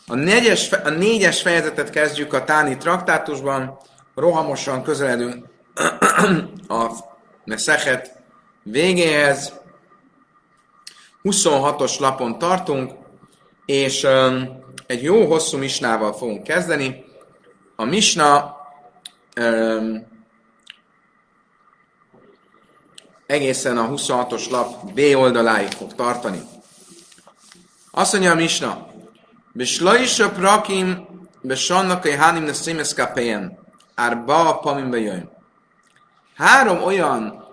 A négyes fejezetet kezdjük a Táni traktátusban, rohamosan közeledünk a Meszechet végéhez. 26-os lapon tartunk, és egy jó hosszú misnával fogunk kezdeni. A misna egészen a 26-os lap B oldaláig fog tartani. Azt mondja a misna, Beslajsa prakim besannakai hánim ne szimeszkápejen árba pamim bejöjjön. 3 olyan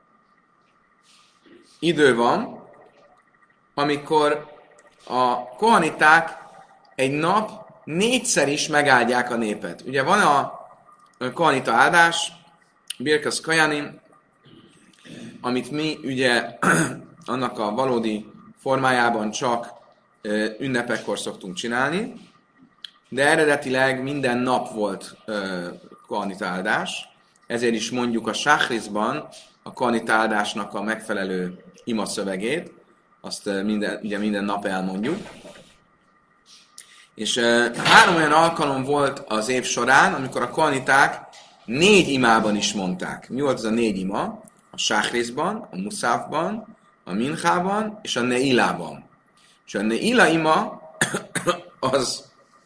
idő van, amikor a kohaniták egy nap 4-szer is megáldják a népet. Ugye van a kohanita áldás, Birkas Kajanim, amit mi ugye annak a valódi formájában csak ünnepekkor szoktunk csinálni, de eredetileg minden nap volt kohanita áldás, ezért is mondjuk a Sáhrizban a kohanita áldásnak a megfelelő ima szövegét, azt minden nap elmondjuk. És 3 olyan alkalom volt az év során, amikor a kohaniták 4 imában is mondták. Mi volt ez a 4 ima? A Sáhrizban, a Muszávban, a Minchában és a Neilában. És a Neila ima az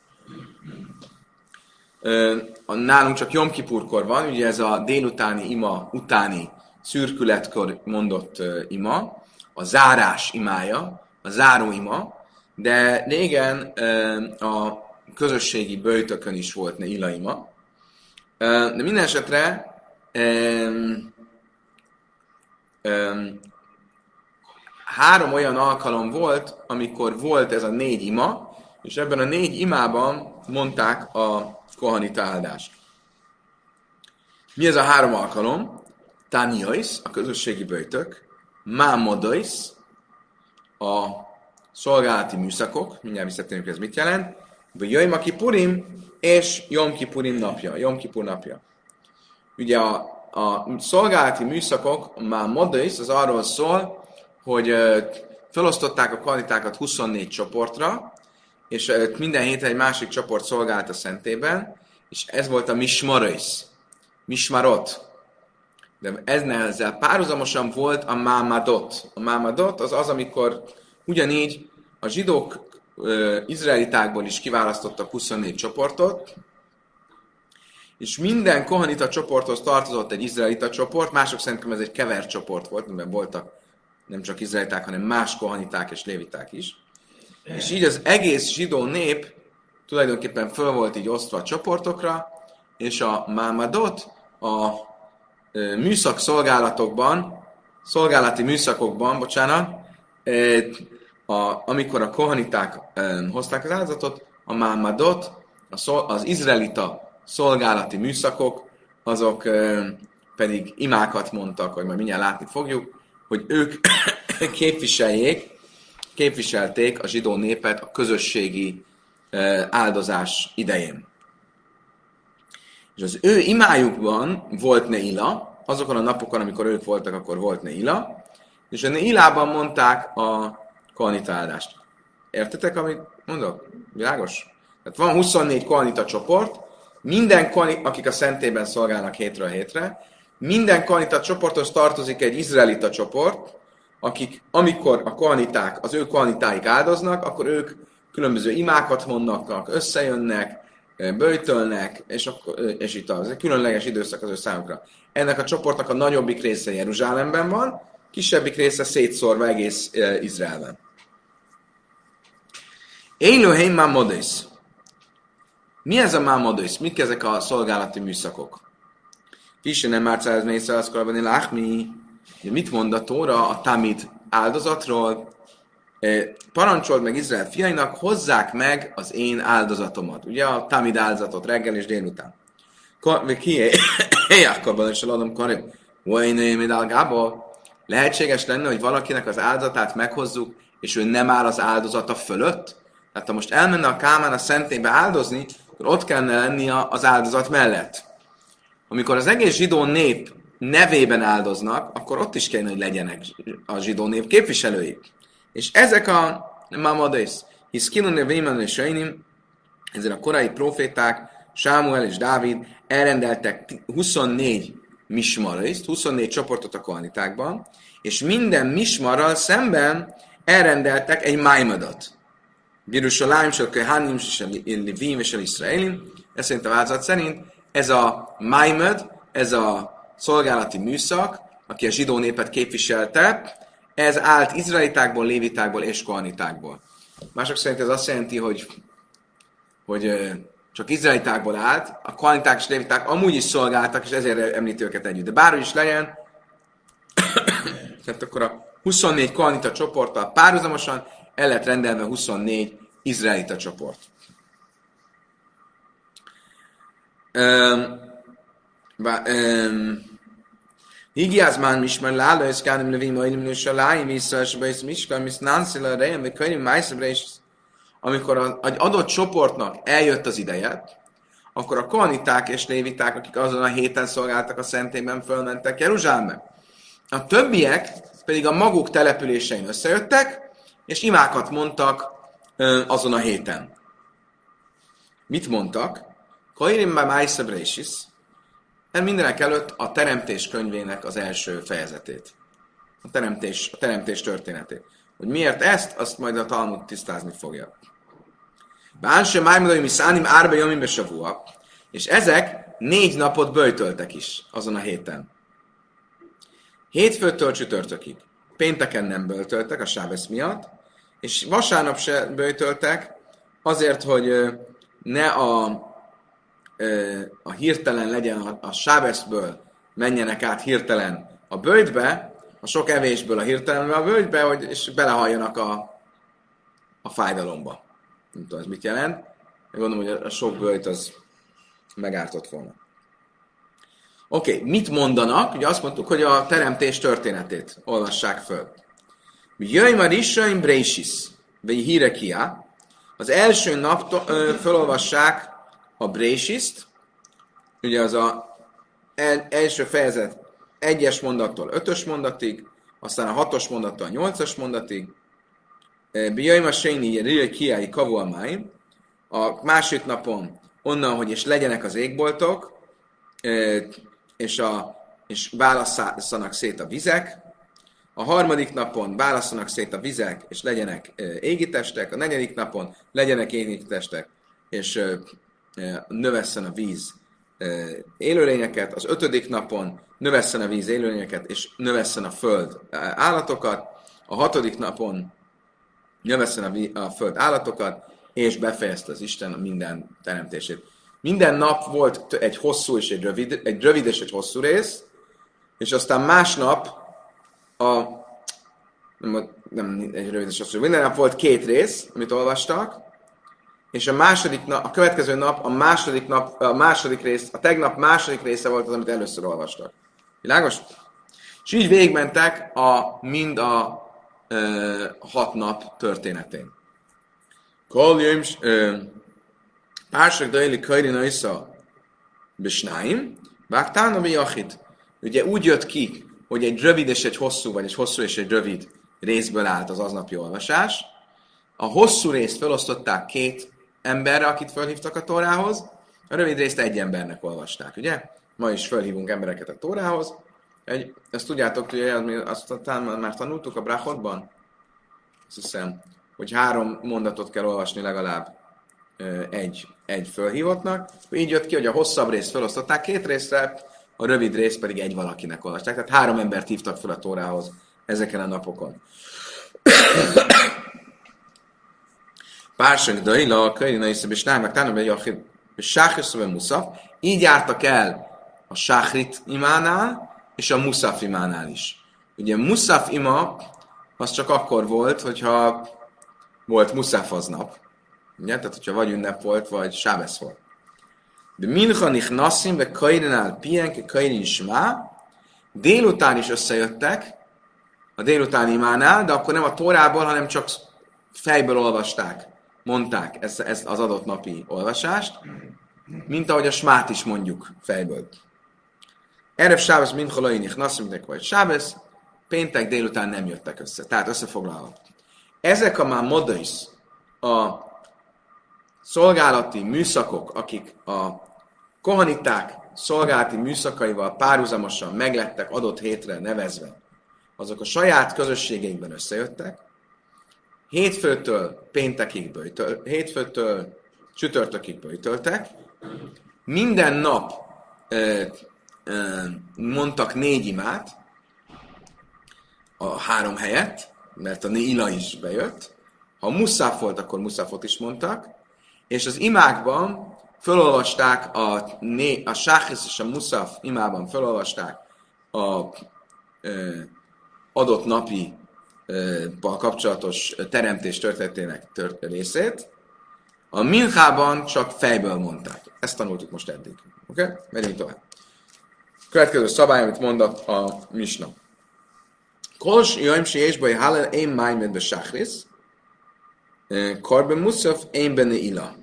nálunk csak Jom Kipurkor van, ugye ez a délutáni ima utáni szürkületkor mondott ima, a zárás imája, a záró ima, de régen a közösségi böjtökön is volt Neila ima. De minden esetre 3 olyan alkalom volt, amikor volt ez a 4 ima, és ebben a 4 imában mondták a kohanita áldást. Mi ez a 3 alkalom? Tániois, a közösségi böjtök, Mámodois, a szolgálati műszakok, mindjárt visszatérünk, ez mit jelent, vagy Jom Kipurim és Jom Kipurim napja, Jom Kipur napja. Ugye a szolgálati műszakok, Mámodois, az arról szól, hogy felosztották a kohanitákat 24 csoportra, és minden héten egy másik csoport szolgált a szentében, és ez volt a Mishmarois, Mishmarot. De ezzel párhuzamosan volt a Mámadot. A Mámadot az, amikor ugyanígy a zsidók izraelitákból is kiválasztottak 24 csoportot, és minden kohanita csoporthoz tartozott egy izraelita csoport, mások szerintem ez egy kevert csoport volt, mert voltak nem csak izraeliták, hanem más kohaniták és léviták is. És így az egész zsidó nép tulajdonképpen föl volt így osztva a csoportokra, és a Mámadot a műszak szolgálatokban, szolgálati műszakokban, amikor a kohaniták hozták az áldozatot, a Mámadot, az izraelita szolgálati műszakok, azok pedig imákat mondtak, vagy majd mindjárt látni fogjuk, hogy ők képviselték a zsidó népet a közösségi áldozás idején. És az ő imájukban volt Neila, azokon a napokon, amikor ők voltak, akkor volt Neila, és a Neilában mondták a kohanita áldást. Értetek, amit mondok? Világos? Tehát van 24 kohanita csoport, minden akik a szentében szolgálnak hétről hétre, minden kohanita csoporthoz tartozik egy izraelita csoport, akik, amikor a kohaniták, az ő kohanitáik áldoznak, akkor ők különböző imákat mondnak, összejönnek, böjtölnek, és itt az egy különleges időszak az ő számukra. Ennek a csoportnak a nagyobbik része Jeruzsálemben van, kisebbik része szétszórva egész Izraelben. Élőhely Mámodois. Mi ez a Mámodois? Mik ezek a szolgálati műszakok? Kise nem már 100 mészre az korabani láhmi. Mit mond a Tóra a Tamid áldozatról? Parancsold meg Izrael fiainak, hozzák meg az én áldozatomat. Ugye a Tamid áldozatot reggel és délután. Ki Jákobban és Adom Karim. Lehetséges lenne, hogy valakinek az áldozatát meghozzuk, és ő nem áll az áldozata fölött? Tehát ha most elmenne a Kálmán a szentélybe áldozni, akkor ott kellene lennie az áldozat mellett. Amikor az egész zsidó nép nevében áldoznak, akkor ott is kellene, hogy legyenek a zsidó nép képviselői. És ezek a Mámodois, hiszkinu nevében és sajnim, Ezért a korai proféták, Sámuel és Dávid elrendeltek 24 mismarist, 24 csoportot a kohanitákban, és minden mismarral szemben elrendeltek egy májmadot. Birushaláim, Shalkehánim, Levim és Iszraelim. Ez szerint a változat szerint ez a májmad, ez a szolgálati műszak, aki a zsidó népet képviselte, ez állt izraelitákból, lévitákból és kohanitákból. Mások szerint ez azt jelenti, hogy csak izraelitákból állt, a kohaniták és léviták amúgy is szolgáltak, és ezért említi őket együtt. De bárhogy is legyen, tehát akkor a 24 kohanita csoporttal párhuzamosan el lett rendelve 24 izraelita csoport. Higiázmán mismer lála, és kánim levim, ajnim nősaláim, visszaesbe, és miskal, misz nánszila, rejem, vagy könyv, májszabra, és amikor egy adott csoportnak eljött az ideje, akkor a kohaniták és léviták, akik azon a héten szolgáltak a szentélyben, fölmentek Jeruzsálembe. A többiek pedig a maguk településein összejöttek, és imákat mondtak azon a héten. Mit mondtak? Kairimba májszabrésis, mindenek előtt a Teremtés könyvének az első fejezetét. A teremtés történetét. Hogy miért ezt, azt majd a Talmud tisztázni fogja. Bánse májmadai miszánim árbe jomimbe savua, és ezek 4 napot böjtöltek is azon a héten. Hétfőtől csütörtökig. Pénteken nem böjtöltek a sábesz miatt, és vasárnap se böjtöltek, azért, hogy ne a hirtelen legyen, a sábeszből menjenek át hirtelen a böjtbe, a sok evésből a hirtelenbe a böjtbe, és belehalljanak a fájdalomba. Nem tudom, ez mit jelent. Gondolom, hogy a sok böjt az megártott volna. Oké, mit mondanak? Ugye azt mondtuk, hogy a teremtés történetét olvassák föl. Jöjj már Israim Brésis, vagy Hírekia. Az első nap felolvassák a Brésiszt, ugye az első fejezet 1-es mondattól 5-ös mondatig, aztán a 6-os mondattól 8-as mondatig. Jöjj már Séni Hírekiai Kavuamáim. A második napon onnan, hogy és legyenek az égboltok, és válasszanak szét a vizek. A harmadik napon válasszanak szét a vizek, és legyenek égitestek. A negyedik napon legyenek égitestek, és növesszen a víz élőlényeket. Az 5. napon növesszen a víz élőlényeket, és növesszen a föld állatokat. A 6. napon növesszen a föld állatokat, és befejezte az Isten minden teremtését. Minden nap volt egy hosszú és egy rövid és egy hosszú rész, és aztán másnap nem egy rövid és hosszú, minden nap volt 2 rész, amit olvastak, és a következő nap, a második rész, a tegnap második része volt az, amit először olvastak. Világos? És így végigmentek mind a 6 nap történetén. Pársak dajli kajrina isza besnáim, vágtána vijachid. Ugye úgy jött ki, hogy egy rövid és egy hosszú, vagy egy hosszú és egy rövid részből állt az aznapi olvasás. A hosszú részt felosztották 2 emberre, akit felhívtak a Tórához, a rövid részt 1 embernek olvasták, ugye? Ma is felhívunk embereket a Tórához. Ezt tudjátok, hogy azt már tanultuk a Brachotban? Azt hiszem, hogy 3 mondatot kell olvasni legalább egy fölhívottnak. Így jött ki, hogy a hosszabb részt felosztották 2 részre, a rövid részt pedig egy valakinek olvasták. Tehát 3 embert hívtak fel a Tórához ezeken a napokon. Pársak dajla, kajrina iszab, és námak tánam egy achid, és sáhriszove muszaf. Így jártak el a sáhrit imánál, és a muszaf imánál is. Ugye muszaf ima, az csak akkor volt, hogyha volt muszaf aznap. Ugye? Tehát, hogyha vagy ünnep volt, vagy sábesz volt. De mincha nichnasszim, ve kajrinál pienke kajrin smá, délután is összejöttek, a délutáni imánál, de akkor nem a Tórából, hanem csak fejből olvasták, mondták ezt az adott napi olvasást, mint ahogy a smát is mondjuk fejből. Erev sábesz mincha lai nichnasszim, vagy sábesz, péntek délután nem jöttek össze. Tehát összefoglalva. Ezek a már modais, a szolgálati műszakok, akik a kohaniták szolgálati műszakaival párhuzamosan meglettek adott hétre nevezve, azok a saját közösségeikben összejöttek, hétfőtől csütörtökig böjtöltek, minden nap mondtak 4 imát a 3 helyett, mert a ila is bejött. Ha muszáf volt, akkor muszáfot is mondtak, és az imákban felolvasták a sáhisz és a muszáf imában felolvasták a adott napi kapcsolatos teremtés történetének részét. A minchában csak fejből mondták. Ezt tanultuk most eddig. Oké? Okay? Megyünk tovább. Következő szabály, amit mond a misna. Kos jöjjön si és baj hálel én májmed be sáhrisz, karben muszaf én benne ila.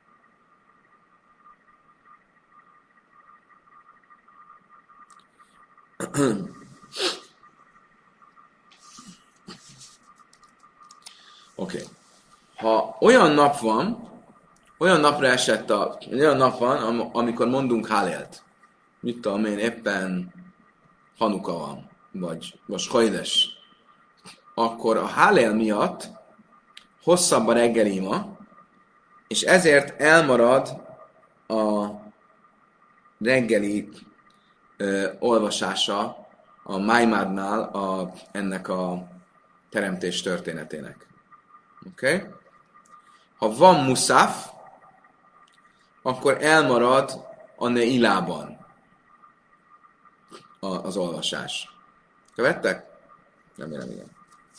Oké. Ha olyan nap van, olyan nap van, amikor mondunk hálelt. Mit tudom én, éppen Hanuka van, vagy Hajdes. Akkor a hálel miatt hosszabb a reggeli ima, és ezért elmarad a reggeli olvasása a Májmádnál ennek a teremtés történetének. Oké? Okay? Ha van muszáf, akkor elmarad a neilában az olvasás. Követtek? Remélem, igen.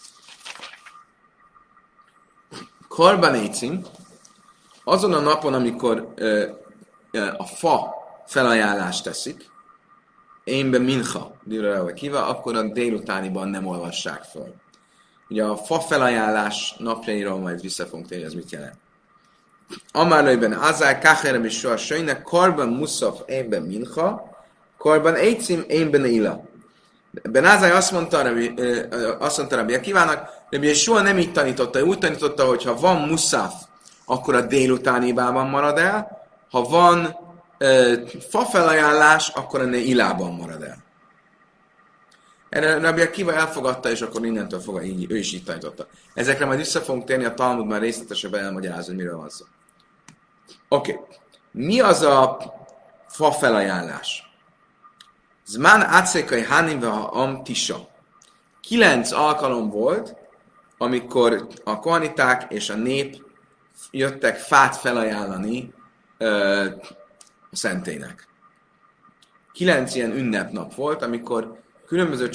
Karbanécim, azon a napon, amikor a fa felajánlást teszik, én be mincha, akkor a délutániban nem olvassák föl. Ugye a fa felajánlás napjairól majd vissza fogunk térni, ez mit jelent. Amárlőben azár káherem és soha söjnek, karban muszaf én be mincha, karban éjcim én be neila. Ben Ázály azt mondta Rabbi Akivának, Rabbi soha nem így tanította, úgy tanította, hogy ha van muszaf, akkor a délutánibában marad el, ha van fa felajánlás, akkor a neilában marad el. Erre Rabbi Akiva elfogadta, és akkor innentől fogva ő is így tanította. Ezekre majd vissza fogunk térni, a Talmudban részletesebben elmagyarázni, hogy miről van szó. Oké. Mi az a fa felajánlás? Zmán átszékai hánim am tisa. 9 alkalom volt, amikor a kohaniták és a nép jöttek fát felajánlani a szentélynek. 9 ilyen ünnepnap volt, amikor különböző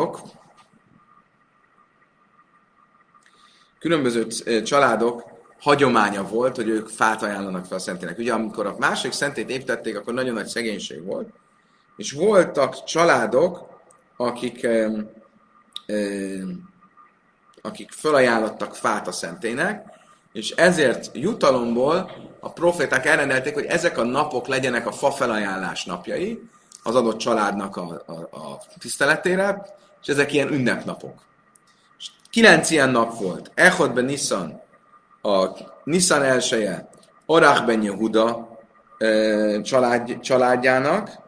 családok hagyománya volt, hogy ők fát ajánlanak fel a szentélynek. Ugye amikor a másik szentélyt építették, akkor nagyon nagy szegénység volt, és voltak családok, akik felajánlottak fát a szentélynek, és ezért jutalomból a proféták elrendelték, hogy ezek a napok legyenek a fa felajánlás napjai, az adott családnak a tiszteletére, és ezek ilyen ünnepnapok. 9 ilyen nap volt. Echod ben Nisan, a Nisan elsője, Orach ben Yehuda családjának.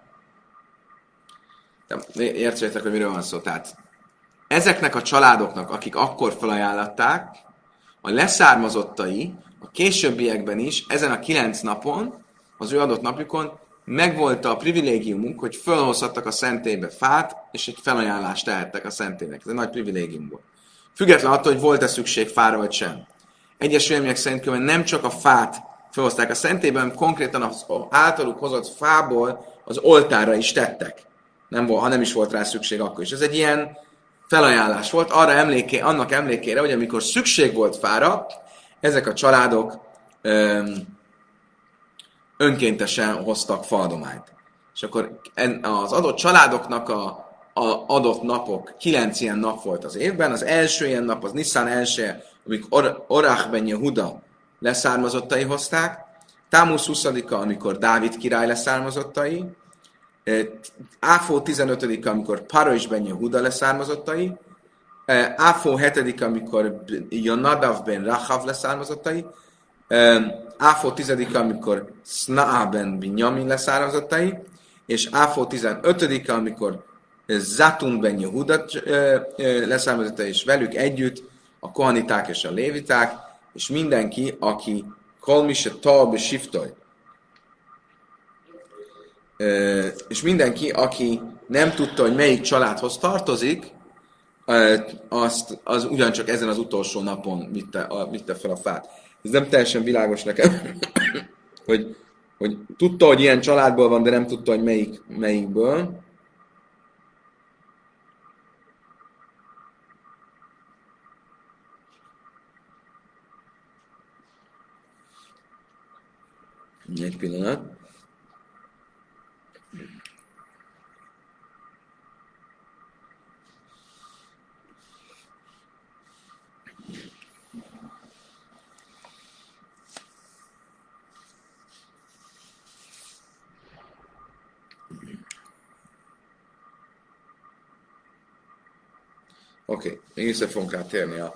Értsétek, hogy miről van szó. Tehát ezeknek a családoknak, akik akkor felajánlották, a leszármazottai a későbbiekben is, ezen a 9 napon, az ő adott napjukon, megvolt a privilégiumunk, hogy felhozhattak a szentélybe fát, és egy felajánlást tehettek a szentélynek. Ez egy nagy privilégium volt. Független attól, hogy volt-e szükség fára, vagy sem. Egyes vélemények szerint nem csak a fát felhozták a szentélyben, hanem konkrétan az általuk hozott fából az oltárra is tettek. Ha nem is volt rá szükség akkor is. Ez egy ilyen felajánlás volt, annak emlékére, hogy amikor szükség volt fára, ezek a családok önkéntesen hoztak faadományt. És akkor az adott családoknak a adott napok, 9 ilyen nap volt az évben. Az első ilyen nap, az Nisztán első, amikor Orach ben Yehuda leszármazottai hozták, Támusz 20-a, amikor Dávid király leszármazottai, Áfó 15-a, amikor Parosh ben Yehuda leszármazottai, Áfó 7-a, amikor Jonadav ben Rachav leszármazottai, Áfó 10-e, amikor Snaaben Binyamin leszármazottai, és Áfó 15-e, amikor Zatun ben Yehuda leszármazottai, és velük együtt a kohaniták és a léviták, és mindenki, aki kolmise talbe siftoj, és mindenki, aki nem tudta, hogy melyik családhoz tartozik, az ugyancsak ezen az utolsó napon vitte fel a fát. Ez nem teljesen világos nekem, hogy tudta, hogy ilyen családból van, de nem tudta, hogy melyikből. Egy pillanat. Oké, még vissza fogunk rá térni a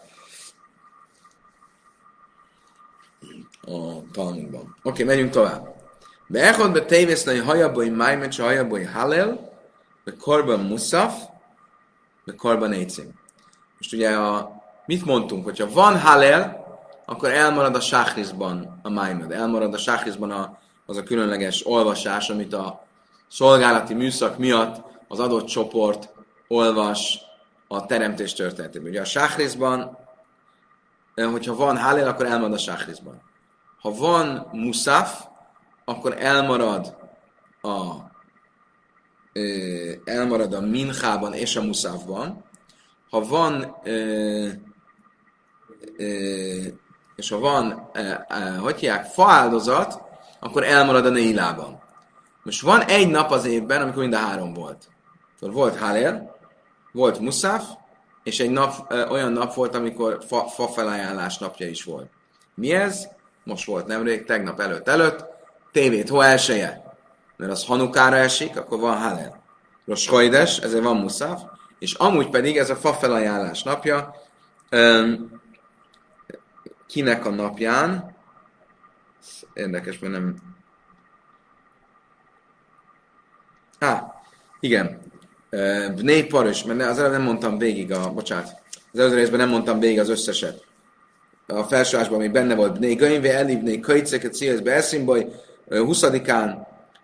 Talmudban. Oké, megyünk tovább. Beechod be tévésznai hajabói májmecse hajabói halel, be korban muszaf, be korban écim. Most ugye mit mondtunk, hogyha van halel, akkor elmarad a sáhrizban a májmed. Elmarad a sáhrizban az a különleges olvasás, amit a szolgálati műszak miatt az adott csoport olvas a teremtés történetében. Ugye a sáhrizban, hogyha van halel, akkor elmarad a sáhrizban. Ha van muszaf, akkor elmarad a minchában és a muszafban. Ha van hogy hívják, faáldozat, akkor elmarad a neilában. Most van egy nap az évben, amikor mind a három volt. Volt halel, volt muszaf, és egy nap, olyan nap volt, amikor fa felajánlás napja is volt. Mi ez? Most volt nemrég, tegnap előtt, tévét, hó elsője. Mert az Hanukára esik, akkor van halel. Rosh Chodesh, ezért van muszaf, és amúgy pedig ez a fa felajánlás napja, kinek a napján, érdekes, mert nem... Igen, Bnei Paros, mert az előbb nem mondtam végig bocsánat, az előző részben nem mondtam végig az összeset. A felsőásban még benne volt Bnei Gönyve, Eli Bnei Kajceket, Széleszbe Eszimboly, 20-án,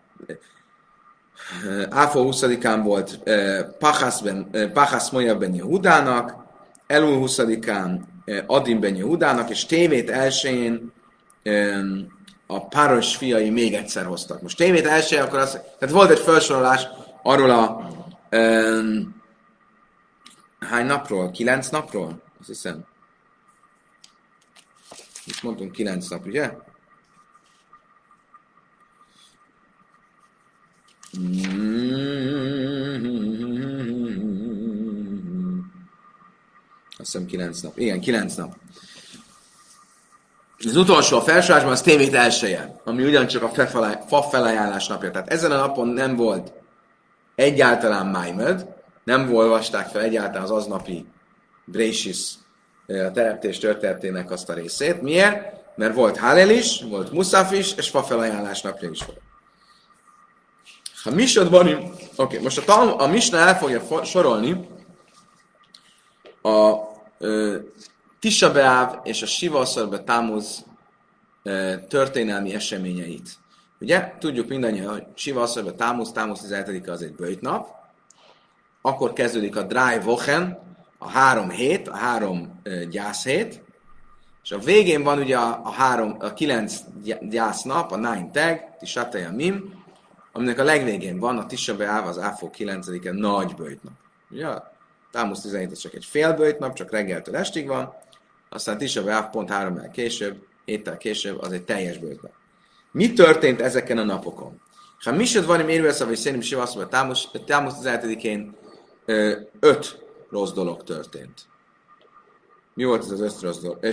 Áfó 20-án volt Pachas Moja ben Yehudának, Elul 20-án Adim ben Yehudának, és tévét elsőjén a Páros fiai még egyszer hoztak. Most tévét elsőjén, akkor tehát volt egy felsorolás arról hány napról? 9 napról? Azt hiszem. Itt mondtunk 9 nap, ugye? Azt hiszem 9 nap. Igen, 9 nap. Az utolsó a felsorolásban az tévét elsője, ami ugyancsak a fa felajánlás napja. Tehát ezen a napon nem volt egyáltalán májmed, nem olvasták fel egyáltalán az aznapi Brésis, a teremtés történetének azt a részét. Miért? Mert volt Hallel is, volt Muszaf is, és fa felajánlás napja is volt. Ha Misodban, most a Misna el fogja sorolni a Tisha B'Av és a Siva Asszar Támuz történelmi eseményeit. Ugye? Tudjuk mindannyian, hogy Siva Asszar Támuz 17-e az egy böjtnap, akkor kezdődik a Drai Wochen, a 3 hét, a 3 gyászhét, és a végén van ugye a 9 gyásznap, a 9 tag, Tisha Tayamim, aminek a legvégén van a Tisha B'Av, az Áfó 9-e nagy böjtnap. Ugye? Támuz 17 csak egy fél böjtnap, csak reggeltől estig van, aztán Tisha B'Av pont 3 héttel később, az egy teljes böjtnap. Mi történt ezeken a napokon? Ha Misod van, érvesz, vagy szerintem Siva Asszor Támuz 17-én 5 rossz dolog történt. Mi volt ez az 5 rossz dolog?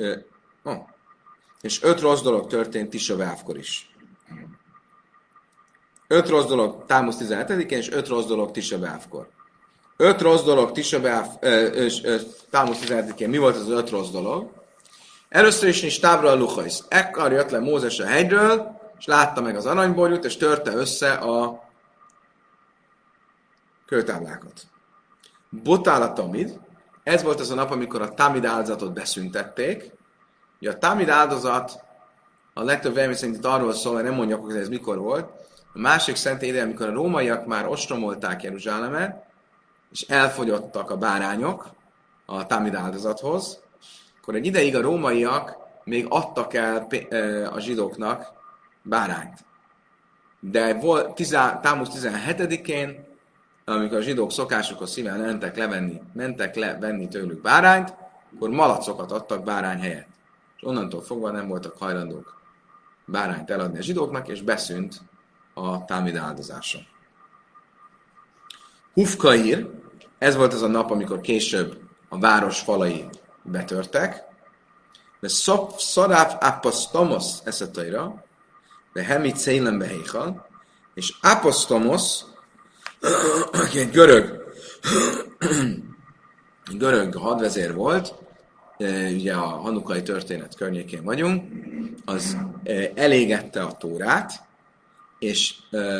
És 5 rossz dolog történt Tisha B'Avkor is. 5 rossz dolog Támuz 17-én, és 5 rossz dolog Tisha B'Avkor. 5 rossz dolog Tisha B'Av, Támuz 17-én. Mi volt az 5 rossz dolog? Először is tábra a luchajsz. Ekkor jött le Mózes a hegyről, és látta meg az aranyborjút, és törte össze a kőtáblákat. Botál a tamid. Ez volt az a nap, amikor a tamid áldozatot beszüntették. Ugye a tamid áldozat a legtöbb vélemény szerint itt arról szól, hogy nem mondják, hogy ez mikor volt. A másik szentély ide, amikor a rómaiak már ostromolták Jeruzsálemet, és elfogyottak a bárányok a tamid áldozathoz, akkor egy ideig a rómaiak még adtak el a zsidóknak bárányt. De Támuz 17-én, amikor a zsidók szokásukhoz szíven mentek levenni tőlük bárányt, akkor malacokat adtak bárány helyett. És onnantól fogva nem voltak hajlandók bárányt eladni a zsidóknak, és beszűnt a támid áldozása. Hufkair, ez volt az a nap, amikor később a város falai betörtek, de szaráv apostamos eszetaira, de hemit szélembe héjhal, és apostamos, aki egy görög hadvezér volt, ugye a hanukai történet környékén vagyunk, az elégette a Tórát, és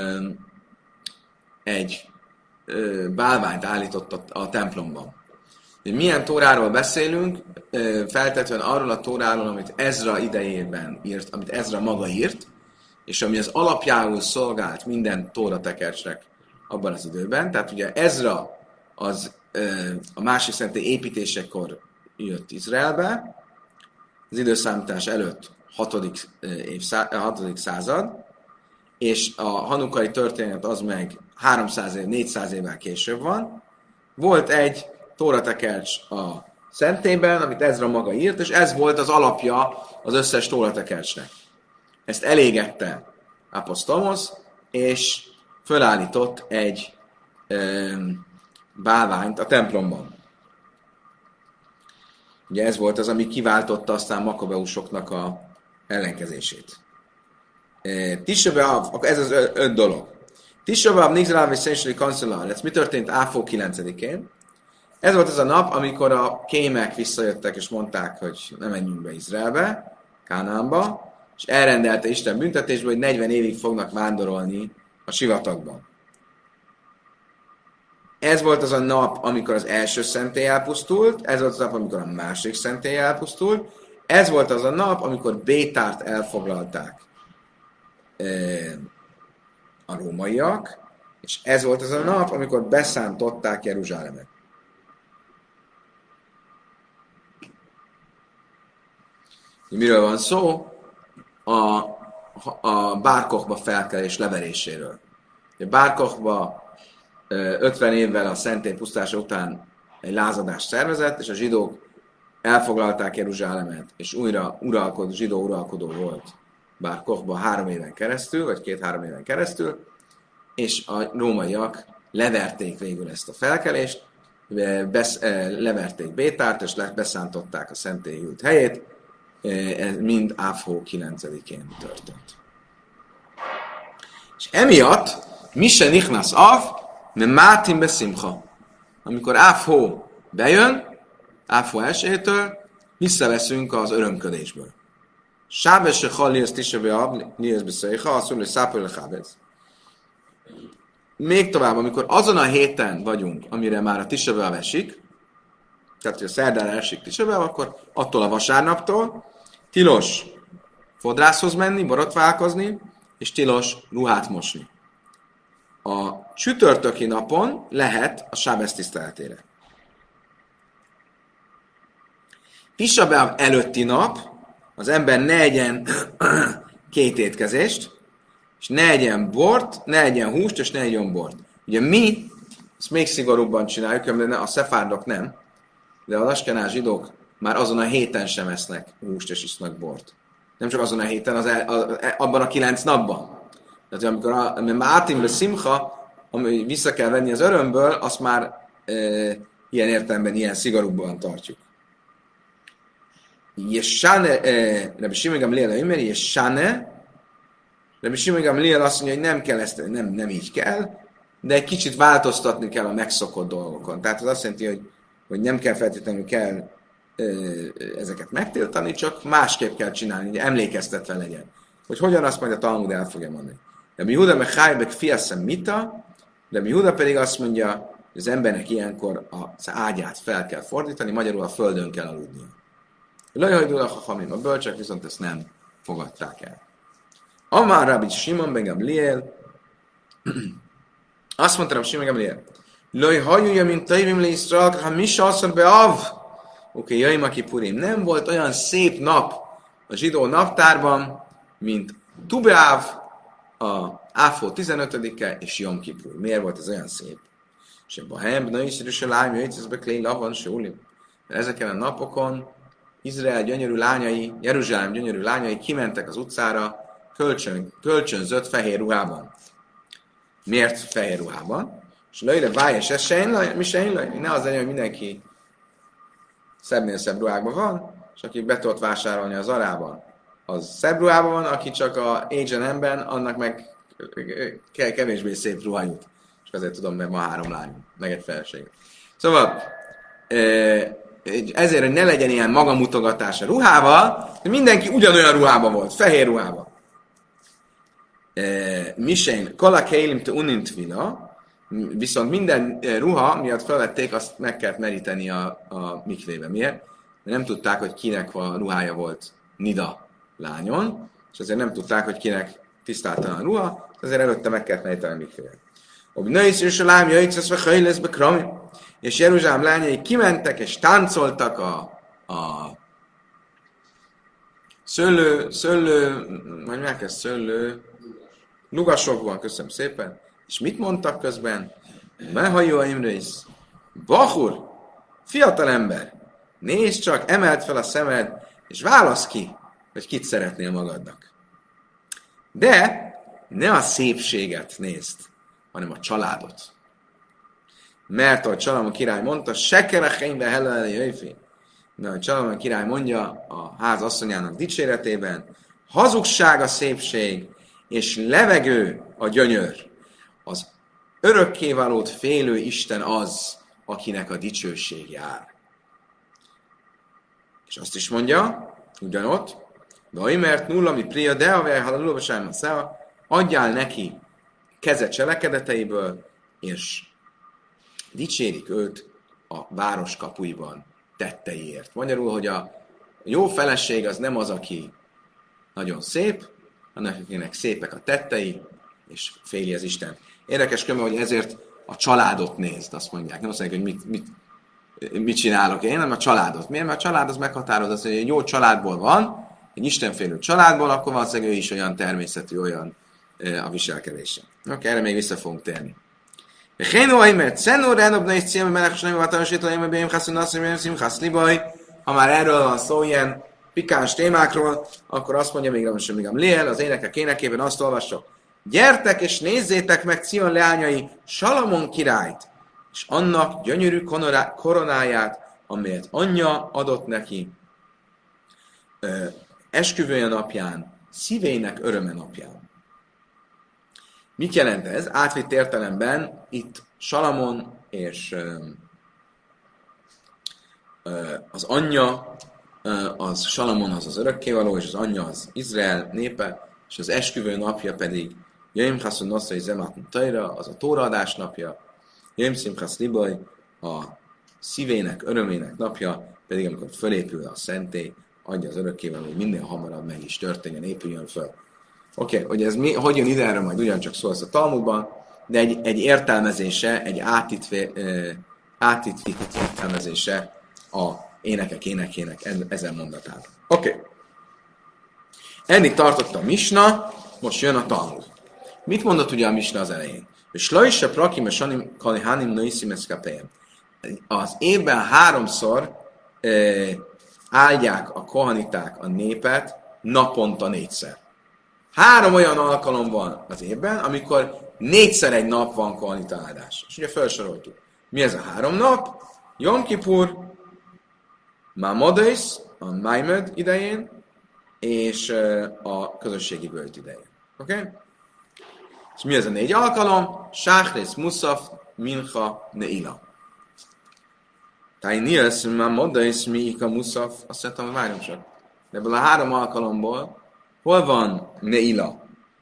egy bálványt állított a templomban. Milyen Tóráról beszélünk? Feltétlenül arról a Tóráról, amit Ezra idejében írt, amit Ezra maga írt, és ami az alapjául szolgált minden tóratekercsnek abban az időben. Tehát ugye Ezra az a másik szentély építésekor jött Izraelbe, az időszámítás előtt 6. század, és a hanukai történet az meg 300 év, 400 évvel később van. Volt egy tóratekercs a szentélyben, amit Ezra maga írt, és ez volt az alapja az összes tóratekercsnek. Ezt elégette Apostolmos, és fölállított egy bálványt a templomban. Ugye ez volt az, ami kiváltotta aztán Makabeusoknak a ellenkezését. Tisha B'Av, ez az 5 dolog. Tisha B'Av, Nigzráv és Szentséri Kancellár. Ez mi történt Áfó 9-én? Ez volt az a nap, amikor a kémek visszajöttek és mondták, hogy nem menjünk be Izraelbe, Kánaánba, és elrendelte Isten büntetésbe, hogy 40 évig fognak vándorolni a sivatagban. Ez volt az a nap, amikor az első szentély elpusztult, ez volt az a nap, amikor a másik szentély elpusztult, ez volt az a nap, amikor Bétárt elfoglalták a rómaiak, és ez volt az a nap, amikor beszántották Jeruzsálemet. Miről van szó? A Bár-Kochba felkelés leveréséről. A Bár-Kochba 50 évvel a szentély pusztása után egy lázadást szervezett, és a zsidók elfoglalták Jeruzsálemet, és újra zsidó uralkodó volt Bár-Kochba 3 éven keresztül, vagy 2-3 éven keresztül, és a rómaiak leverték végül ezt a felkelést, leverték Bétárt, és beszántották a szentély hűlt helyét, ez mind Áfó 9-én történt. És emiatt Mise Nichnasz Av, mert Mátin beszimcha. Amikor Áfó bejön, Áfó elsőjétől, visszaveszünk az örömködésből. Sábese Chalias Tisha B'Av, Lias B'Szeicha, azt mondja, hogy Szápol Chabez. Még tovább, amikor azon a héten vagyunk, amire már a Tisha B'Av esik, tehát, hogy a szerdára esik Tisha B'Av, akkor attól a vasárnaptól tilos fodrászhoz menni, borotválkozni, és tilos ruhát mosni. A csütörtöki napon lehet a sábesz tiszteletére. Tisha B'Av előtti nap az ember ne egyen 2 étkezést, és ne egyen bort, ne egyen húst, és ne egyen bort. Ugye mi ezt még szigorúbban csináljuk, de a szefárdok nem, de a askenás zsidók már azon a héten sem esznek húst és isznak bort. Nem csak azon a héten, abban a 9 napban. Tehát amikor a Mátin Simcha, ami vissza kell venni az örömből, azt már ilyen értelemben, ilyen szigorúbban tartjuk. Rabbi Shimon Gamliel Ömeri, Rabbi Shimon Gamliel azt mondja, hogy nem kell ezt, nem így kell, de egy kicsit változtatni kell a megszokott dolgokon. Tehát az azt jelenti, hogy nem kell feltétlenül kell ezeket megtiltani, csak másképp kell csinálni, hogy emlékeztetve legyen. Hogy hogyan, azt majd a Talmud el fogja mondani. De mi Huda meg Chájbek fiaszem mita, de mi Huda pedig azt mondja, hogy az embernek ilyenkor az ágyát fel kell fordítani, magyarul a földön kell aludnia. Lajhajdul a Hamim, a bölcsek viszont ezt nem fogadták el. Amár Rabbi Simon ben Gamliel, azt mondta Rabbi Simon ben Gamliel, Lajhajdulja, mint Taivim le Yisrael, ha mi se asszor beav, oké, Jaim Kipurim. Nem volt olyan szép nap a zsidó naptárban, mint Tubeáv, a Áfó 15-e és Jom Kipur. Miért volt ez olyan szép? És a Bahem, na is a lány, jöjjtszbe Klei Lavan, Sólim. Ezeken a napokon Izrael gyönyörű lányai, Jeruzsálem gyönyörű lányai kimentek az utcára kölcsönzött fehér ruhában. Miért fehér ruhában? És lőjle vájes esély, mi se ne az legyen, hogy mindenki szebbnél szebb ruhákban van, és aki be tudott vásárolni az arában, az szebb ruhában van, aki csak a H&M-ben, annak meg kevésbé szép ruha jut. És azért tudom, mert ma 3 lány, meg egy feleség. Szóval, ezért, hogy ne legyen ilyen magamutogatás a ruhával, hogy mindenki ugyanolyan ruhában volt, fehér ruhában. Misén, kalakélim te unintvila, viszont minden ruha miatt felvették, azt meg kellett meríteni a mikvébe. Miért? Mert nem tudták, hogy kinek a ruhája volt Nida lányon, és azért nem tudták, hogy kinek tisztáltalan a ruha, ezért előtte meg kellett meríteni a mikvébe. És Jeruzsálem lányai kimentek és táncoltak a lugasokban, köszönöm szépen. És mit mondtak közben? Mehajó a Imrész. Bachur, fiatal ember, nézd csak, emeld fel a szemed, és válasz ki, hogy kit szeretnél magadnak. De ne a szépséget nézd, hanem a családot. Mert ahogy Salamon király mondta, se kerechenybe hellele jöjjfé. De ahogy Salamon király mondja a ház asszonyának dicséretében, hazugság a szépség, és levegő a gyönyör. Az örökkévalót félő Isten az, akinek a dicsőség jár. És azt is mondja, ugyanott, de mert nulla, mi priya, de a halalulvasájma szeva, adjál neki keze cselekedeteiből, és dicsérik őt a város kapuiban tetteiért. Magyarul, hogy a jó feleség az nem az, aki nagyon szép, annak, akinek szépek a tettei, és féli az Isten. Érdekes kömmel, hogy ezért a családot nézd, azt mondják. Nem azt mondják, hogy mit csinálok én, hanem a családot. Miért? Mert a család az meghatározza, hogy egy jó családból van, egy istenfélő családból, akkor valószínűleg ő is olyan természetű, olyan a viselkedése. Oké, erre még vissza fogunk térni. Ha már erről van szó, ilyen pikáns témákról, akkor azt mondja még Gamliel, az énekek énekében azt olvassuk. Gyertek és nézzétek meg Cion leányai Salamon királyt, és annak gyönyörű koronáját, amelyet anyja adott neki esküvője napján, szívének öröme napján. Mit jelent ez? Átvitt értelemben itt Salamon és az anyja, az Salamon az örökkévaló, és az anyja az Izrael népe, és az esküvő napja pedig Jöjjm Chaszun Noszai Zematn Tajra, az a tóraadás napja, Jöjjm Szimchasz Libaj, a szívének, örömének napja, pedig amikor fölépül a szentély, adja az örökkévaló, hogy minél hamarabb meg is történjen, épüljön föl. Oké, hogy ez hogy jön ide, erről majd ugyancsak szól a Talmudban, de egy értelmezése, egy átítvi értelmezése a énekek énekének ezen mondatában. Oké. Eddig tartott a Misna, most jön a Talmud. Mit mondott ugye a Misna az elején? Slajse prakim és anim kalihanim noiszim eszkapejem. Az évben 3-szor áldják a kohaniták a népet, naponta 4-szer. 3 olyan alkalom van az évben, amikor 4-szer egy nap van kohanita áldás. És ugye felsoroltuk. Mi ez a 3 nap? Jom Kippur, Mamodeis, a Maimed idején, és a közösségi böjt idején. Oké? Okay? És mi ez a 4 alkalom? Sáchrész, Musaf, Mincha, Neila. Táj Nielsz, már mondta, és mi a muszaf, azt mondtam, hogy várjunk csak. De ebből a 3 alkalomból hol van Neila?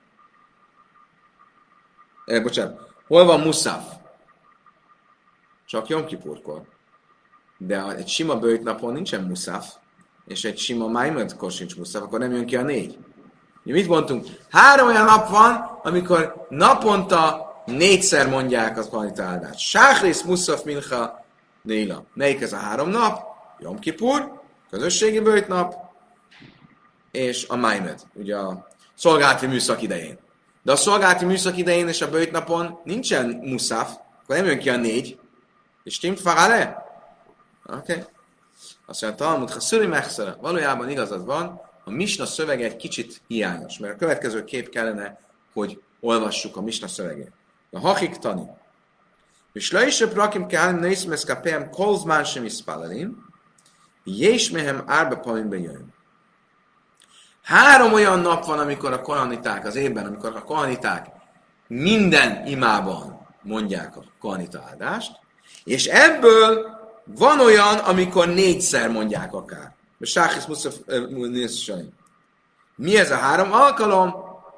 Bocsánat, hol van muszaf? Csak Jom Kipurkor. De egy sima böjtnapon nincsen muszaf, és egy sima májmödkor sincs muszaf, akkor nem jön ki a 4. Mit mondtunk? 3 olyan nap van, amikor naponta 4-szer mondják az kohanita áldást. Sáchris, muszaf, mincha, Neila. Melyik ez a 3 nap? Jom Kipur, közösségi böjtnap, és a májmed, ugye a szolgálati műszak idején. De a szolgálati műszak idején és a böjtnapon nincsen muszaf, akkor nem jön ki a 4. És stimmt farale? Oké. Azt mondja, Talmud, ha szüli megszere, valójában igazad van, a misna szövege egy kicsit hiányos, mert a következő kép kellene, hogy olvassuk a misna szövegét. A hachik tani. És le is rakim kell, nézd meg kapem, kolzmán sem iszpálelim, és mehem árba pamimbe jön. 3 olyan nap van, amikor a kohaniták az évben, amikor a kohaniták minden imában mondják a kohanita áldást, és ebből van olyan, amikor 4-szer mondják akár. Sáchis muszaf nézősajn. Mi ez a 3 alkalom?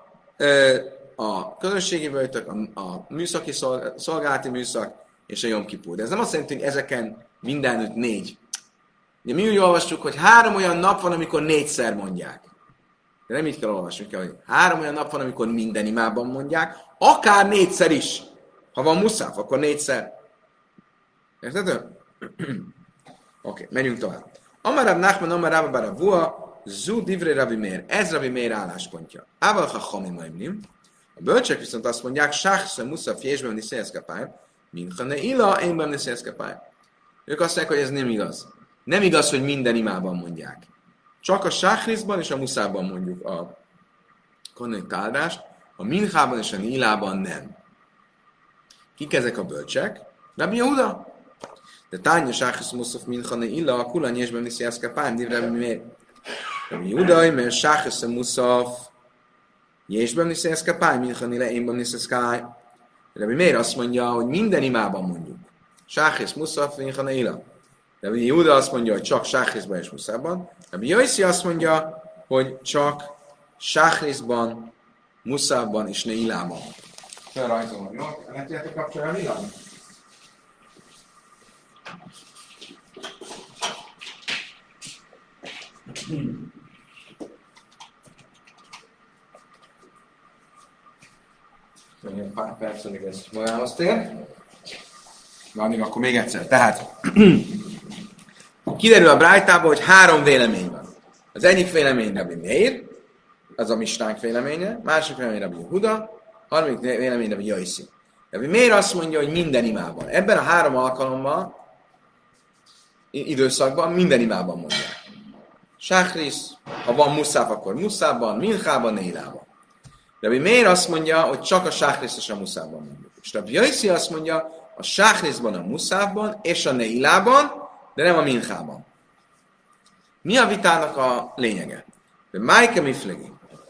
A közösségi böjtök, a műszaki szolgálati műszak és a Jom Kipur. De ez nem azt jelenti, hogy ezeken mindenütt 4. Ugye mi úgy olvassuk, hogy 3 olyan nap van, amikor 4-szer mondják. De nem így kell olvasnunk, hogy 3 olyan nap van, amikor minden imában mondják, akár 4-szer is. Ha van muszaf, akkor 4-szer. Érted? Oké, menjünk tovább. Amarab Nachman, Amarab Baravua, Zu Divrei Rabbi Meir. Ez Rabbi Meir álláspontja. Ával Chachamim Maimnim. A bölcsek viszont azt mondják, Sáchse Muszaf Jésben Niszélszkapály, Mincha Neila, Énben Niszélszkapály. Ők azt mondják, hogy ez nem igaz. Nem igaz, hogy minden imában mondják. Csak a Sáchrizban és a Muszában mondjuk a kohanita áldást, a Minchában és a Nilában nem. Kik ezek a bölcsek? Rabbi Yehuda. De tánya Sáchris Muszaf Mincha Neila, Kulan Jésben Niszélszkapály, Divrei Rabbi Meir. Rabbi Yehuda, mert Sáchris Muszaf Jésben Niszélszkapály, Mincha Neila, Énben Niszélszkapály. Rabbi Meir azt mondja, hogy minden imában mondjuk. Sáchris Muszaf Mincha Neila. Rabbi Yehuda azt mondja, hogy csak Sáchrisban és Muszában. Rabbi Yossi azt mondja, hogy csak Sáchrisban, Muszában és Neilában. Felrajzolom, jó? Nem tudjátok kapcsolni a villan? Pár percig ez magához tér. Addig akkor még egyszer. Tehát kiderül a Brájtából, hogy 3 vélemény van. Az egyik vélemény Rabbi Meir, az a misnánk véleménye, másik vélemény Rabbi Yehuda, harmadik vélemény Rabbi Yossi. Rabbi Meir azt mondja, hogy minden imában. Ebben a 3 alkalommal, időszakban minden imában mondják. Sáchris, ha van muszáf, akkor muszában, minchában, neilában. Rabbi Meir azt mondja, hogy csak a sáchris és a muszában mondjuk. És Rabbi Yossi azt mondja, a sáchrisban, a muszában és a neilában, de nem a minchában. Mi a vitának a lényege? De Májke Miflegi.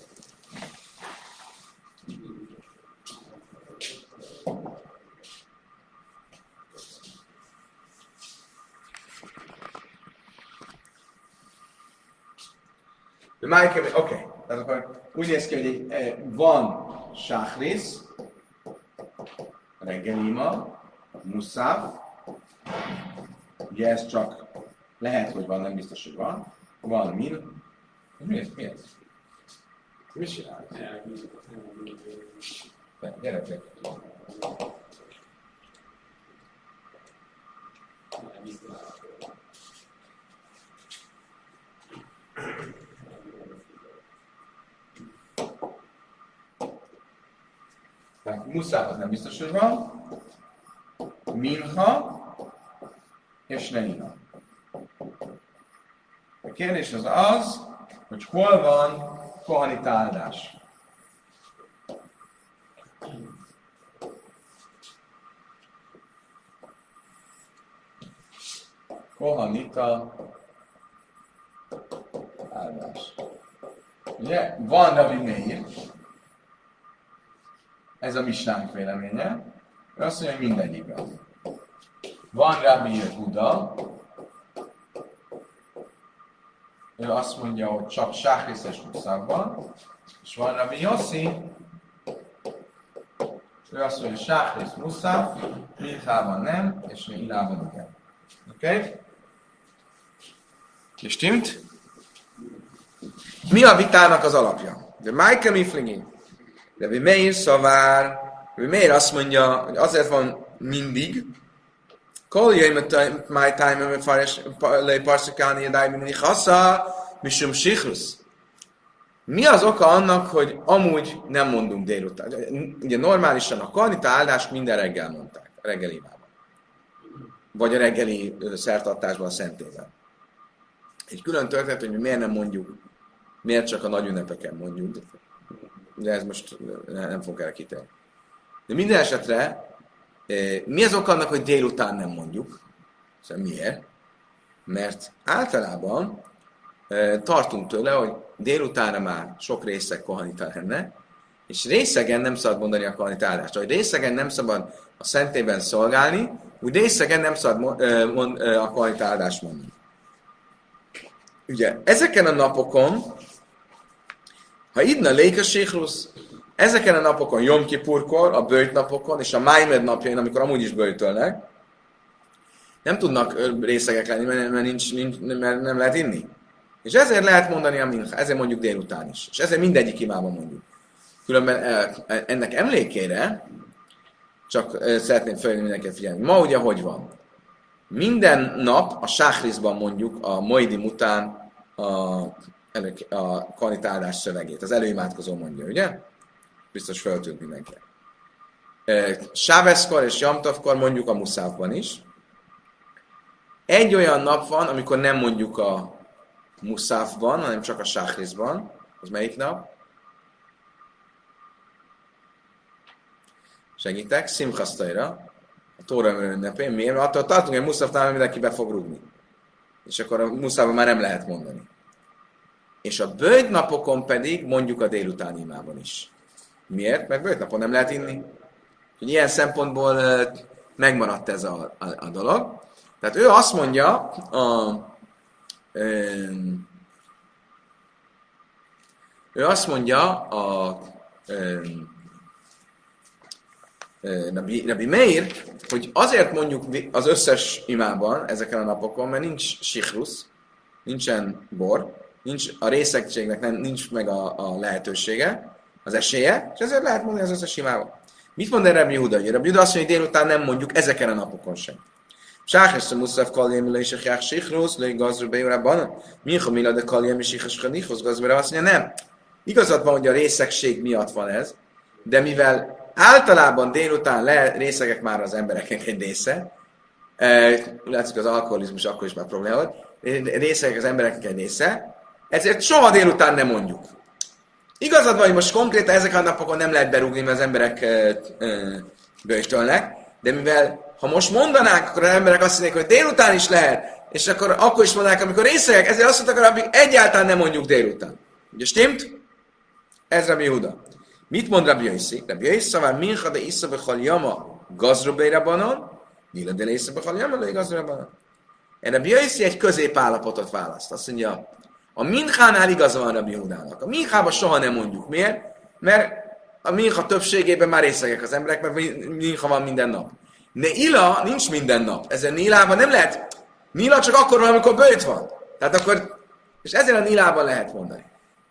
Oké. Tehát akkor úgy néz ki, hogy van sáchris, reggelima, muszáv, ugye ez csak lehet, hogy van, nem biztos, hogy van. Van min. Mi ez? Mi ez? Mi csinál? Gyerekek. Muszáv az nem biztos, hogy van. Minha és neina. A kérdés az az, hogy hol van kohanita áldás. Kohanita áldás. Ugye, van Rabbi Meir, ez a misnánk véleménye, ő azt mondja, hogy mindegyikben. Van Rabbi Yehuda, ő azt mondja, hogy csak sáhrisz és muszavban, és van Rabbi Yossi, ő azt mondja, hogy sáhrisz muszav, minchában nem, és ilában igen. Oké? Okay? És stimmt? Mi a vitának az alapja? De Májke Miflingi, de Meir szavár, Meir azt mondja, hogy azért van mindig, Kolja, my time, and Farish, Lei Parsikani, Yadai, Mini Chassa, Mishum Sichrusz. Mi az oka annak, hogy amúgy nem mondunk délután? Ugye normálisan a karnita áldást minden reggel mondták, a reggeli imában. Vagy a reggeli szertartásban, a szentében. Egy külön történet, hogy mi miért nem mondjuk, miért csak a nagy ünnepeken mondjuk. De ez most nem fog el kitérni. De minden esetre, mi az oka annak, hogy délután nem mondjuk? Szóval miért? Mert általában tartunk tőle, hogy délutánra már sok részeg kohanita lenne, és részegen nem szabad mondani a kohanitálást. Ahogy részegen nem szabad a szentében szolgálni, úgy részegen nem szabad a kohanitálást mondani. Ugye, ezeken a napokon, ha idna léka séhrusz, ezeken a napokon, Jom Kipurkor, a böjtnapokon, és a Májmed napjain, amikor amúgy is böjtölnek, nem tudnak részegek lenni, mert nem lehet inni. És ezért lehet mondani a mincha, ezért mondjuk délután is. És ezért mindegyik imában mondjuk. Különben ennek emlékére, csak szeretném felhívni mindenkit figyelni. Ma ugye hogy van? Minden nap a sáhrizban mondjuk a moidim után a kanitálás szövegét. Az előimádkozó mondja, ugye? Biztos feltűnt mindenki. Sáveszkor és Jamtavkor mondjuk a muszávban is. Egy olyan nap van, amikor nem mondjuk a muszávban, hanem csak a sáhrizban. Az melyik nap? Segítek, Szimchasztajra, a Tóra ünnepén. Miért? Mert attól tartunk, hogy muszávnál mindenki be fog rúgni. És akkor a muszávban már nem lehet mondani. És a böjtnapokon pedig mondjuk a délutáni imában is. Miért? Mert böjtnapon nem lehet inni. Úgyhogy ilyen szempontból megmaradt ez a dolog. Tehát ő azt mondja, Rabbi Meir, hogy azért mondjuk az összes imában ezeken a napokon, mert nincs sichrusz, nincsen bor, nincs a részegségnek nincs meg a lehetősége, az esélye, és ezért lehet mondani az összes imában. Mit mond erre Rabbi Yehuda? Rabbi Yehuda azt mondja, hogy délután nem mondjuk ezeken a napokon sem. Sáhes a muszav kaljém le is a jár sichrusz, le gazra bejórában, mincha mila de kaljém is ichas kanichos gazra, azt mondja, nem. Igazad van, hogy a részegség miatt van ez, de mivel általában délután részegek már az embereknek egy része, látszik az alkoholizmus akkor is már probléma volt, részegek az embereknek egy része, ezért soha délután nem mondjuk. Igazad van, hogy most konkrétan ezek a napokon nem lehet berúgni, mert az emberek bőstölnek, de mivel ha most mondanánk, akkor az emberek azt mondják, hogy délután is lehet, és akkor is mondanák, amikor részegek, ezért azt mondták, hogy egyáltalán nem mondjuk délután. Ugye stimmt? Ez Rabbi Yehuda. Mit mond Rabbi Yossi? Rabbi Yossi szavár mincha de isza bechal jama gazra beirabanon, nila de isza bechal jama le gazra beirabanon. Rabbi Yossi egy középállapotot választ. Azt mondja, a minchánál igaza van Rabbi Yehudának. A minchában soha nem mondjuk. Miért? Mert a mincha többségében már részegek az emberek, mert mincha van minden nap. De ila nincs minden nap. Ezzel nilában nem lehet. Nila csak akkor van, amikor böjt van. Tehát akkor, és ezért a nilában lehet mondani.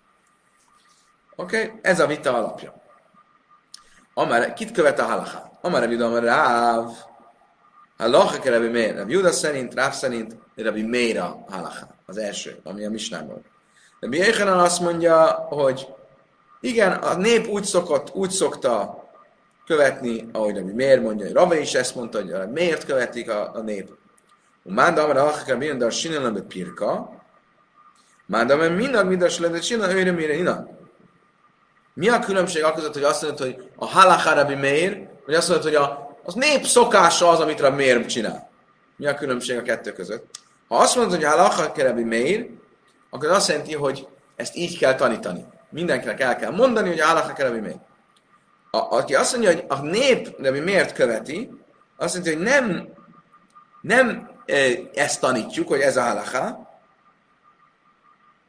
Oké? Ez a vita alapja. Kit követ a halachát? Amár Rabbi Yehuda, Ráv. Halacha Rabbi Meir. Rabbi Yehuda szerint, Ráv szerint, Rabbi Meir a halacha. Az első, ami a Misnában. Rabbi Yochanan azt mondja, hogy igen, a nép úgy szokta követni, ahogy Rabbi Meir mondja, hogy Rava is ezt mondta, hogy miért követik a nép. Mándam, Rabbi Rabbi Yehuda, Sinalem be Pirka. Mándam, mindag, midas le, de Sinalem, őre, mire, inan. Mi a különbség között, hogy azt mondod, hogy a halacha Rabbi Meir, vagy azt mondod, hogy az nép szokása az, amit Rabbi Meir csinál. Mi a különbség a kettő között? Ha azt mondod, hogy a halacha Rabbi Meir, akkor azt jelenti, hogy ezt így kell tanítani. Mindenkinek el kell mondani, hogy a halacha Rabbi Meir. Aki azt mondja, hogy a nép Rabbi Meirt követi, azt mondja, hogy nem ezt tanítjuk, hogy ez a halacha,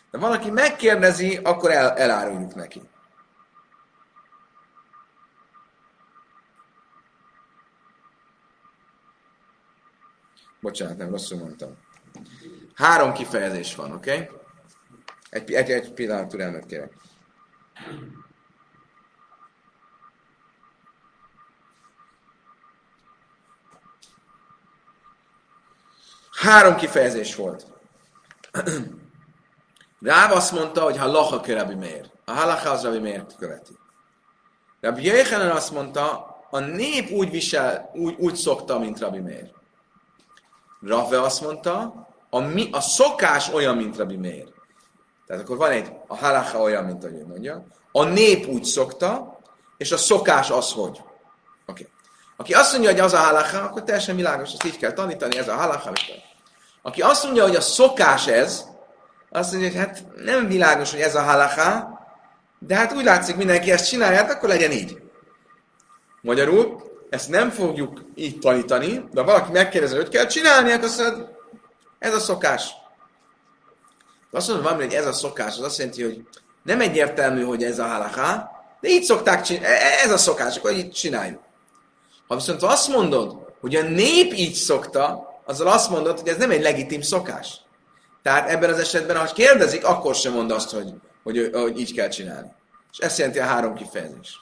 De valaki megkérdezi, akkor eláruljuk neki. Bocsánat, nem rosszul mondtam. 3 kifejezés van, oké? Okay? Egy pillanat türelmet kérek. Három kifejezés volt. Ráv azt mondta, hogy halacha ke Rabbi Meir. A halacha az Rabbi Meir követi. Rabbi Yochanan azt mondta, a nép úgy szokta, mint Rabbi Meir. Rave azt mondta, a szokás olyan, mint Rabbi Meir. Tehát akkor van a halacha olyan, mint ahogy mondja. A nép úgy szokta, és a szokás az hogy. Okay. Aki azt mondja, hogy az a halacha, akkor teljesen világos, ezt így kell tanítani, ez a halacha. Aki azt mondja, hogy a szokás ez, azt mondja, hogy hát nem világos, hogy ez a halacha, de hát úgy látszik, mindenki ezt csinálja, hát akkor legyen így. Magyarul, ezt nem fogjuk így tanítani, de ha valaki megkérdezi, hogy kell csinálni, akkor azt mondja, ez a szokás. De azt mondom, hogy ez a szokás, az azt jelenti, hogy nem egyértelmű, hogy ez a halacha, de így szokták csinálni, ez a szokás, akkor így csináljuk. Ha viszont azt mondod, hogy a nép így szokta, azzal azt mondod, hogy ez nem egy legitim szokás. Tehát ebben az esetben, ha kérdezik, akkor sem mond azt, hogy így kell csinálni. És ezt jelenti a 3 kifejezés.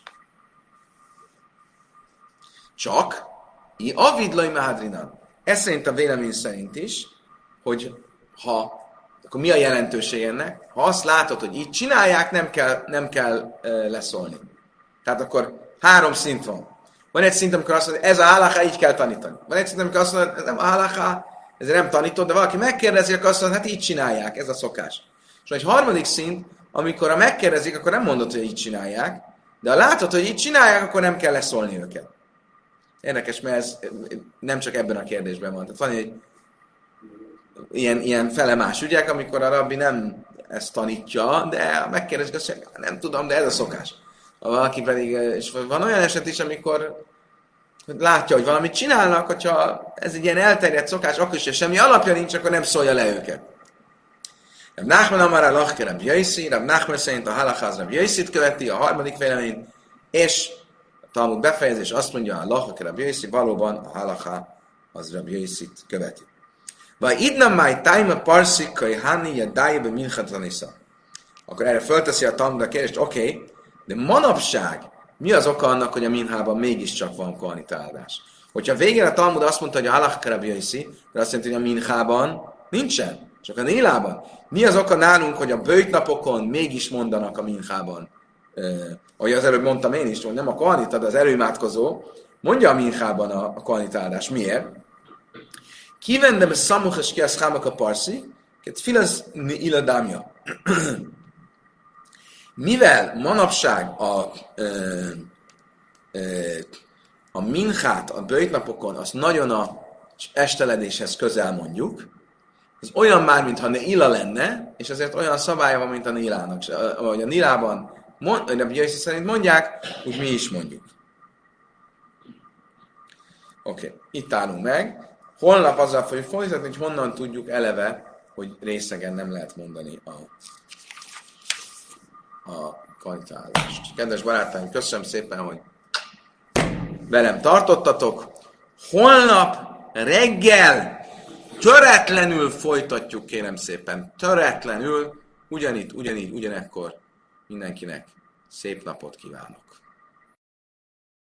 Csak, avidlai mahadrinan. Ez szerint a vélemény szerint is, hogy akkor mi a jelentőség ennek? Ha azt látod, hogy így csinálják, nem kell leszólni. Tehát akkor 3 szint van. Van egy szint, amikor azt mondod, ez a halacha, így kell tanítani. Van egy szint, amikor azt mondod, ez nem a halacha, ezért nem tanítod, de valaki megkérdezi, akkor azt mondod, hát így csinálják, ez a szokás. És egy harmadik szint, amikor a megkérdezik, akkor nem mondod, hogy így csinálják, de ha látod, hogy így csinálják, akkor nem kell leszólni őket. Érdekes, mert ez nem csak ebben a kérdésben van. Tehát van egy ilyen felemás ügyek, amikor a rabbi nem ezt tanítja, de megkérdezik, azt mondja, nem tudom, de ez a szokás. Valaki pedig, és van olyan eset is, amikor látja, hogy valamit csinálnak, hogyha ez egy ilyen elterjedt szokás, akkor is semmi alapja nincs, akkor nem szólja le őket. Rab Nachman amar alach ke Rabbi Yossi, Rab Nachman szerint a halacha az Rabbi Yossit követi, a harmadik vélemény, és a Talmud befejezés azt mondja, a halacha ke Rabbi Yossi, valóban a halacha az Rabbi Yossit követi. Vaj idna mai taima parsik kai hani yadai be minchat lanisa. Akkor erre fölteszi a Talmud a kérdést, oké, de manapság mi az oka annak, hogy a minhában mégiscsak van kohanitálás? Hogyha végén a Talmud azt mondta, hogy a halacha ke Rabbi Yossi, de azt jelenti, hogy a minhában nincsen, csak a nélában. Mi az oka nálunk, hogy a böjtnapokon mégis mondanak a minhában? Ahogy az előbb mondtam én is, hogy nem a kohanita, de az előimádkozó, mondja a minhában a kohanitálás. Miért? Kivendem a szamuches ki a szhámak a parszi, ket filaz illadámja. Mivel manapság a minhát a böjtnapokon azt nagyon a esteledéshez közel mondjuk, ez olyan már, mintha ne illa lenne, és azért olyan szabálya van, mint a Nílának. Ahogy a Nílában, Rabbi Yossi szerint mondják, úgy mi is mondjuk. Oké, itt állunk meg. Holnap azzal fogjuk folytatni, hogy honnan tudjuk eleve, hogy részegen nem lehet mondani a kvalitálást. Kedves barátaim, köszönöm szépen, hogy velem tartottatok. Holnap reggel töretlenül folytatjuk, kérem szépen. Töretlenül, ugyanitt, ugyanekkor mindenkinek szép napot kívánok.